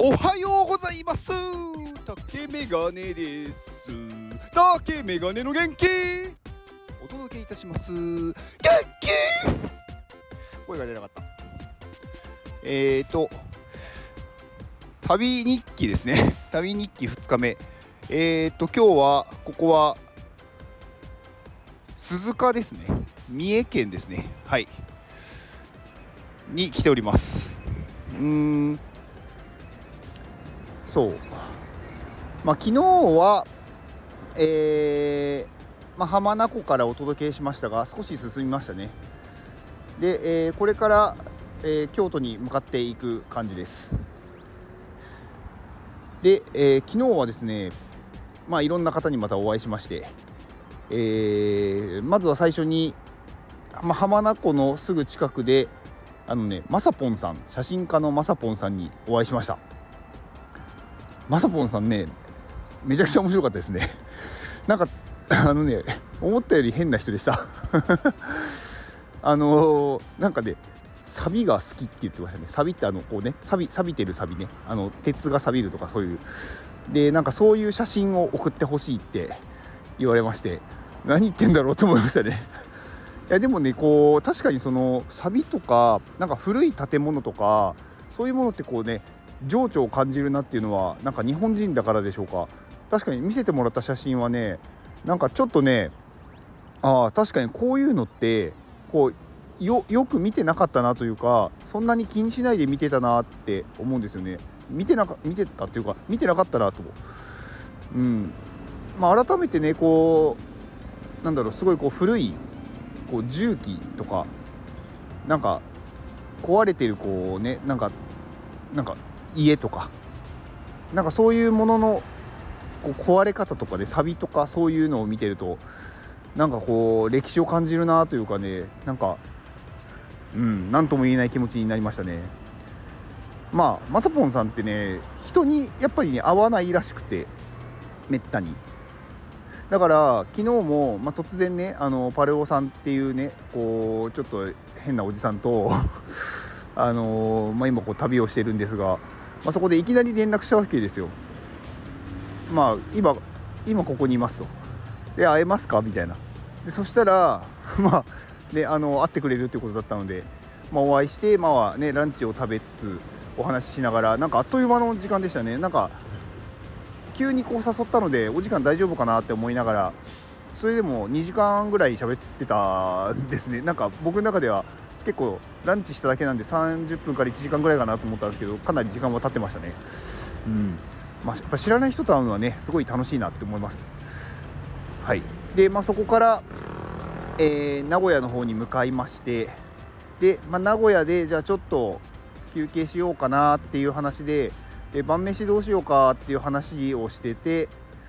おはようございます。竹メガネです。竹メガネの元気お届けいたします。元気声が出なかった。旅日記ですね。旅日記2日目。今日はここは鈴鹿ですね。三重県ですね。はい。に来ております。そう。昨日は、浜名湖からお届けしましたが、少し進みましたね。で、これから、京都に向かっていく感じです。で、昨日はですね、いろんな方にまたお会いしまして、まずは最初に、浜名湖のすぐ近くでまさぽんさん、写真家のまさぽんさんにお会いしました。まさぽんさんね、めちゃくちゃ面白かったですね。なんか思ったより変な人でした。なんかね、サビが好きって言ってましたね。サビって錆びてるサビね、鉄が錆びるとかそういうで、なんかそういう写真を送ってほしいって言われまして、何言ってんだろうと思いましたね。いやでもね、こう確かにそのサビとかなんか古い建物とかそういうものってこうね、情緒を感じるなっていうのはなんか日本人だからでしょうか。確かに見せてもらった写真はね、なんかちょっとね、確かにこういうのってこうよく見てなかったなというか、そんなに気にしないで見てたなって思うんですよね。見てたっていうか見てなかったなと。改めてね、こうすごいこう古いこう重機とかなんか壊れてるこうね、なんか家とかなんかそういうもののこう壊れ方とかでサビとかそういうのを見てると、なんかこう歴史を感じるなというかね、なんかなんとも言えない気持ちになりましたね。まさぽんさんってね、人にやっぱりね合わないらしくて、めったに。だから昨日も、突然ね、パレオさんっていうね、こうちょっと変なおじさんと今こう旅をしてるんですが、そこでいきなり連絡したわけですよ。今ここにいますと。で、会えますかみたいな。でそしたら会ってくれるってことだったので、お会いして、ランチを食べつつお話ししながら、なんかあっという間の時間でしたね。なんか急にこう誘ったので、お時間大丈夫かなって思いながら、それでも2時間ぐらい喋ってたんですね。なんか僕の中では結構ランチしただけなんで30分から1時間ぐらいかなと思ったんですけど、かなり時間は経ってましたね。やっぱ知らない人と会うのはね、すごい楽しいなって思います。はい。で、そこから、名古屋の方に向かいまして、で、名古屋でじゃあちょっと休憩しようかなっていう話で、晩飯どうしようかっていう話をしてて、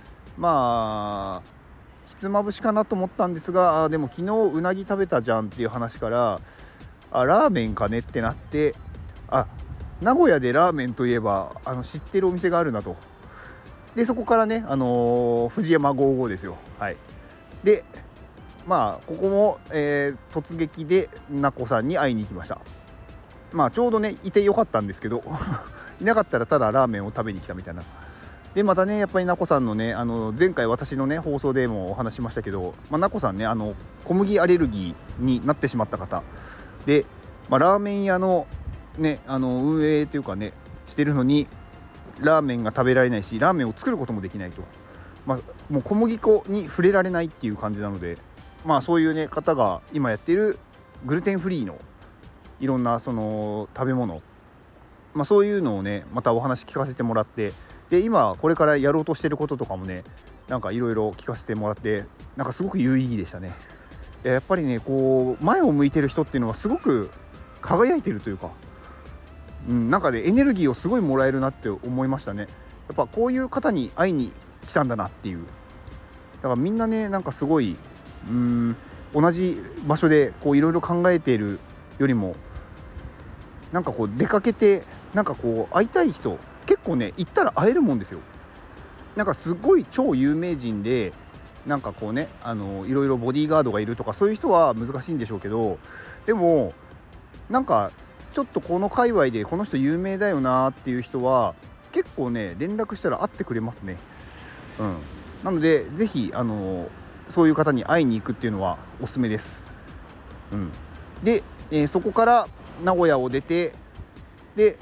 ひつまぶしかなと思ったんですが、でも昨日うなぎ食べたじゃんっていう話から、ラーメンかねってなって、名古屋でラーメンといえば知ってるお店があるなと。でそこからね、藤山55ですよ。はい。でここも、突撃でなこさんに会いに行きました。ちょうどねいてよかったんですけどいなかったらただラーメンを食べに来たみたいな。でまたね、やっぱりなこさんのね、前回私のね放送でもお話しましたけど、なこさんね、小麦アレルギーになってしまった方で、ラーメン屋のね、運営というかねしてるのに、ラーメンが食べられないし、ラーメンを作ることもできないと、もう小麦粉に触れられないっていう感じなので、そういうね方が今やっているグルテンフリーのいろんなその食べ物、そういうのをねまたお話聞かせてもらって、で今これからやろうとしてることとかもね、なんかいろいろ聞かせてもらって、なんかすごく有意義でしたね。やっぱりね、こう前を向いてる人っていうのはすごく輝いてるというか、なんかねエネルギーをすごいもらえるなって思いましたね。やっぱこういう方に会いに来たんだなっていう。だからみんなね、なんかすごい同じ場所でこういろいろ考えているよりも、なんかこう出かけて、なんかこう会いたい人結構ね行ったら会えるもんですよ。なんかすごい超有名人で、なんかこうねいろいろボディーガードがいるとかそういう人は難しいんでしょうけど、でもなんかちょっとこの界隈でこの人有名だよなっていう人は結構ね連絡したら会ってくれますね。なのでぜひそういう方に会いに行くっていうのはおすすめです。で、そこから名古屋を出て、で、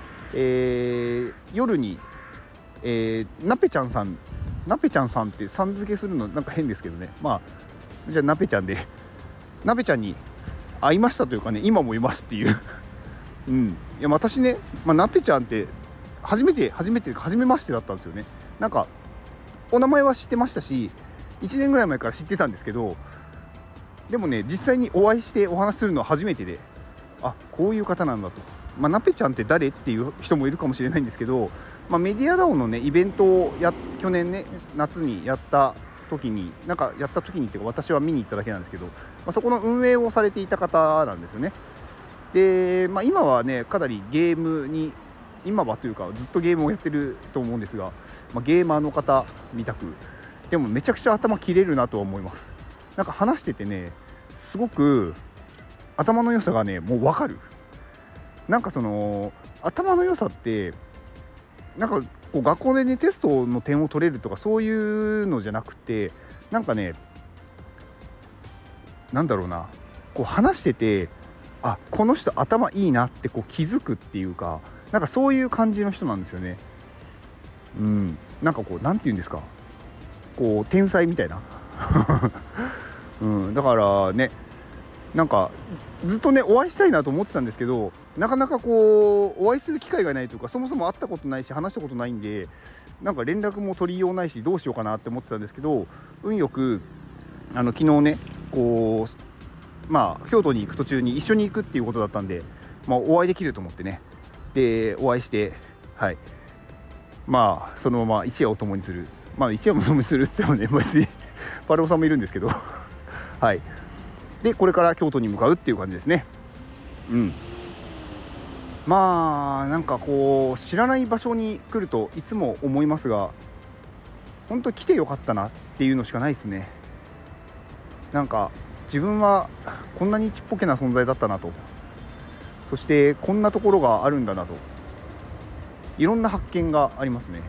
夜に、なぺちゃんさんってさん付けするのなんか変ですけどね、じゃあなぺちゃんでなぺちゃんに会いましたというかね、今もいますっていういや私ね、なぺちゃんって初めましてだったんですよね。なんかお名前は知ってましたし、1年ぐらい前から知ってたんですけど、でもね実際にお会いしてお話しするのは初めてで、こういう方なんだと。なぺちゃんって誰っていう人もいるかもしれないんですけど、メディアダオのねイベントを去年ね夏にやった時にっていうか、私は見に行っただけなんですけど、そこの運営をされていた方なんですよね。で、今はねかなりゲームに今はというかずっとゲームをやってると思うんですが、ゲーマーの方みたく、でもめちゃくちゃ頭切れるなとは思います。なんか話しててねすごく頭の良さがねもう分かる。なんかその頭の良さってなんかこう学校でねテストの点を取れるとかそういうのじゃなくて、なんかねなんだろうな、こう話しててこの人頭いいなってこう気づくっていうか、なんかそういう感じの人なんですよね。なんかこうなんて言うんですか、こう天才みたいなだからねなんかずっとねお会いしたいなと思ってたんですけど、なかなかこうお会いする機会がないというか、そもそも会ったことないし話したことないんで、なんか連絡も取りようないしどうしようかなって思ってたんですけど、運よく昨日ねこう京都に行く途中に一緒に行くっていうことだったんで、お会いできると思ってね、でお会いして、そのまま一夜を共にする、一夜も共にするって言ってもね別にパルオさんもいるんですけどでこれから京都に向かうっていう感じですね。なんかこう知らない場所に来るといつも思いますが、本当来てよかったなっていうのしかないですね。なんか自分はこんなにちっぽけな存在だったなと、そしてこんなところがあるんだなと、いろんな発見がありますね。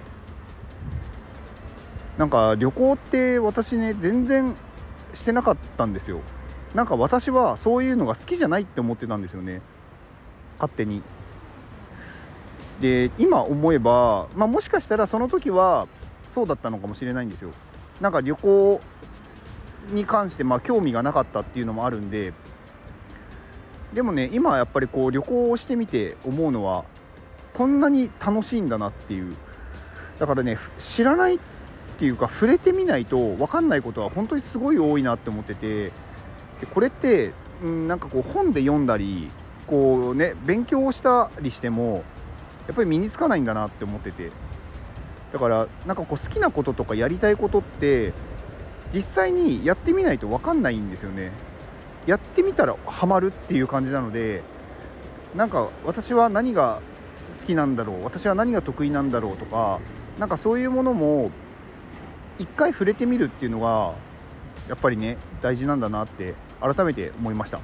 なんか旅行って私ね全然してなかったんですよ。なんか私はそういうのが好きじゃないって思ってたんですよね、勝手に。で今思えば、もしかしたらその時はそうだったのかもしれないんですよ。なんか旅行に関して興味がなかったっていうのもあるんで、でもね今やっぱりこう旅行をしてみて思うのは、こんなに楽しいんだなっていう。だからね知らないっていうか触れてみないと分かんないことは本当にすごい多いなって思ってて、でこれってなんかこう本で読んだりこうね勉強したりしてもやっぱり身につかないんだなって思ってて、だからなんかこう好きなこととかやりたいことって実際にやってみないと分かんないんですよね。やってみたらハマるっていう感じなので、なんか私は何が好きなんだろう、私は何が得意なんだろうとか、なんかそういうものも一回触れてみるっていうのがやっぱりね大事なんだなって改めて思いました。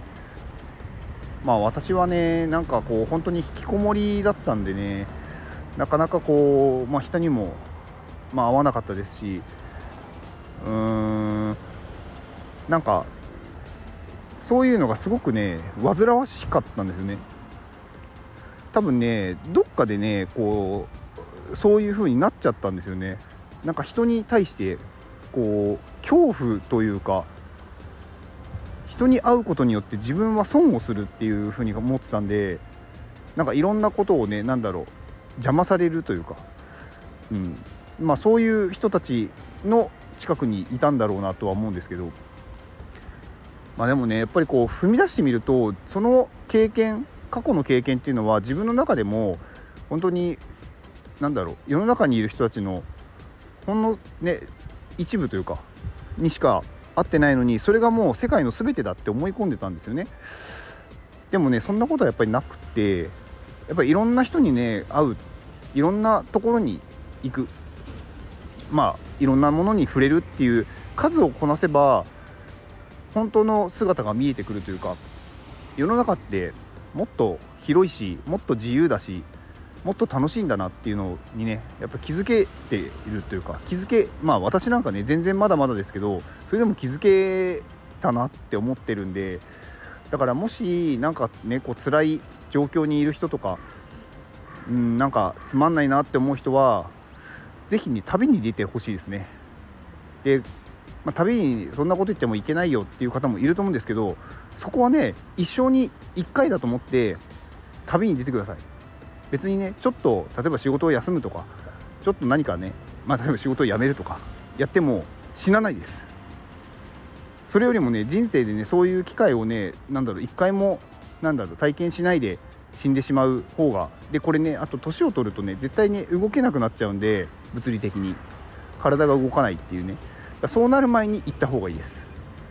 私はねなんかこう本当に引きこもりだったんでね、なかなかこう、人にも合わなかったですし、なんかそういうのがすごくね煩わしかったんですよね。多分ねどっかでねこうそういう風になっちゃったんですよね。なんか人に対してこう恐怖というか、人に会うことによって自分は損をするっていう風に思ってたんで、なんかいろんなことをね邪魔されるというか、そういう人たちの近くにいたんだろうなとは思うんですけど、でもねやっぱりこう踏み出してみると、その過去の経験っていうのは自分の中でも本当に世の中にいる人たちのほんのね一部というかにしか会ってないのに、それがもう世界の全てだって思い込んでたんですよね。でもねそんなことはやっぱりなくて、やっぱりいろんな人にね会う、いろんなところに行く、いろんなものに触れるっていう数をこなせば本当の姿が見えてくるというか、世の中ってもっと広いしもっと自由だし、 もっと楽しいんだなっていうのにねやっぱ気づけているというか、私なんかね全然まだまだですけど、それでも気づけたなって思ってるんで、だからもしなんかねこう辛い状況にいる人とか、なんかつまんないなって思う人はぜひね旅に出てほしいですね。で、旅にそんなこと言ってもいけないよっていう方もいると思うんですけど、そこはね一生に1回だと思って旅に出てください。別にねちょっと例えば仕事を休むとか、ちょっと何かね、例えば仕事を辞めるとかやっても死なないです。それよりもね人生でねそういう機会をね一回も体験しないで死んでしまう方がで、これねあと年を取るとね絶対ね動けなくなっちゃうんで、物理的に体が動かないっていうね、そうなる前に行った方がいいです。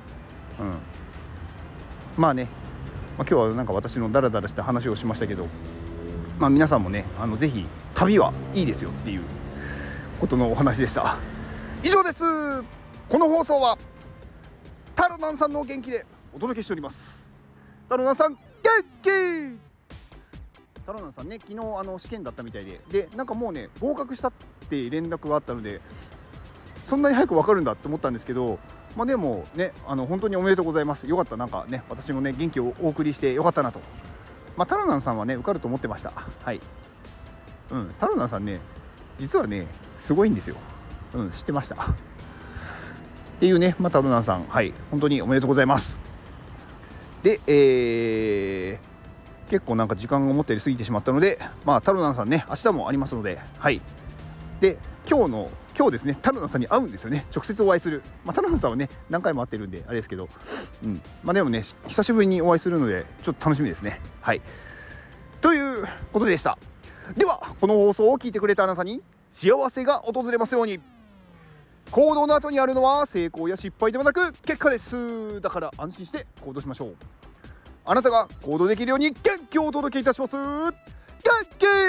今日はなんか私のダラダラした話をしましたけど、皆さんもねぜひ旅はいいですよっていうことのお話でした。以上です。この放送はタロナンさんの元気でお届けしております。タロナンさん元気。タロナンさんね昨日試験だったみたいでなんかもうね合格したって連絡があったので、そんなに早く分かるんだって思ったんですけど、でもね本当におめでとうございます。よかった。なんかね私もね元気をお送りしてよかったなと。タロナンさんはね受かると思ってました。タロナンさんね実はねすごいんですよ。知ってましたっていうね、タロナンさん本当におめでとうございます。で、結構なんか時間を思ったより過ぎてしまったので、タロナンさんね明日もありますので、で今日ですねタロナンさんに会うんですよね。直接お会いする。タロナンさんはね何回も会ってるんであれですけど、でもね久しぶりにお会いするのでちょっと楽しみですね。ということでした。ではこの放送を聞いてくれたあなたに幸せが訪れますように。行動の後にあるのは成功や失敗ではなく結果です。だから安心して行動しましょう。あなたが行動できるように元気をお届けいたします。元気。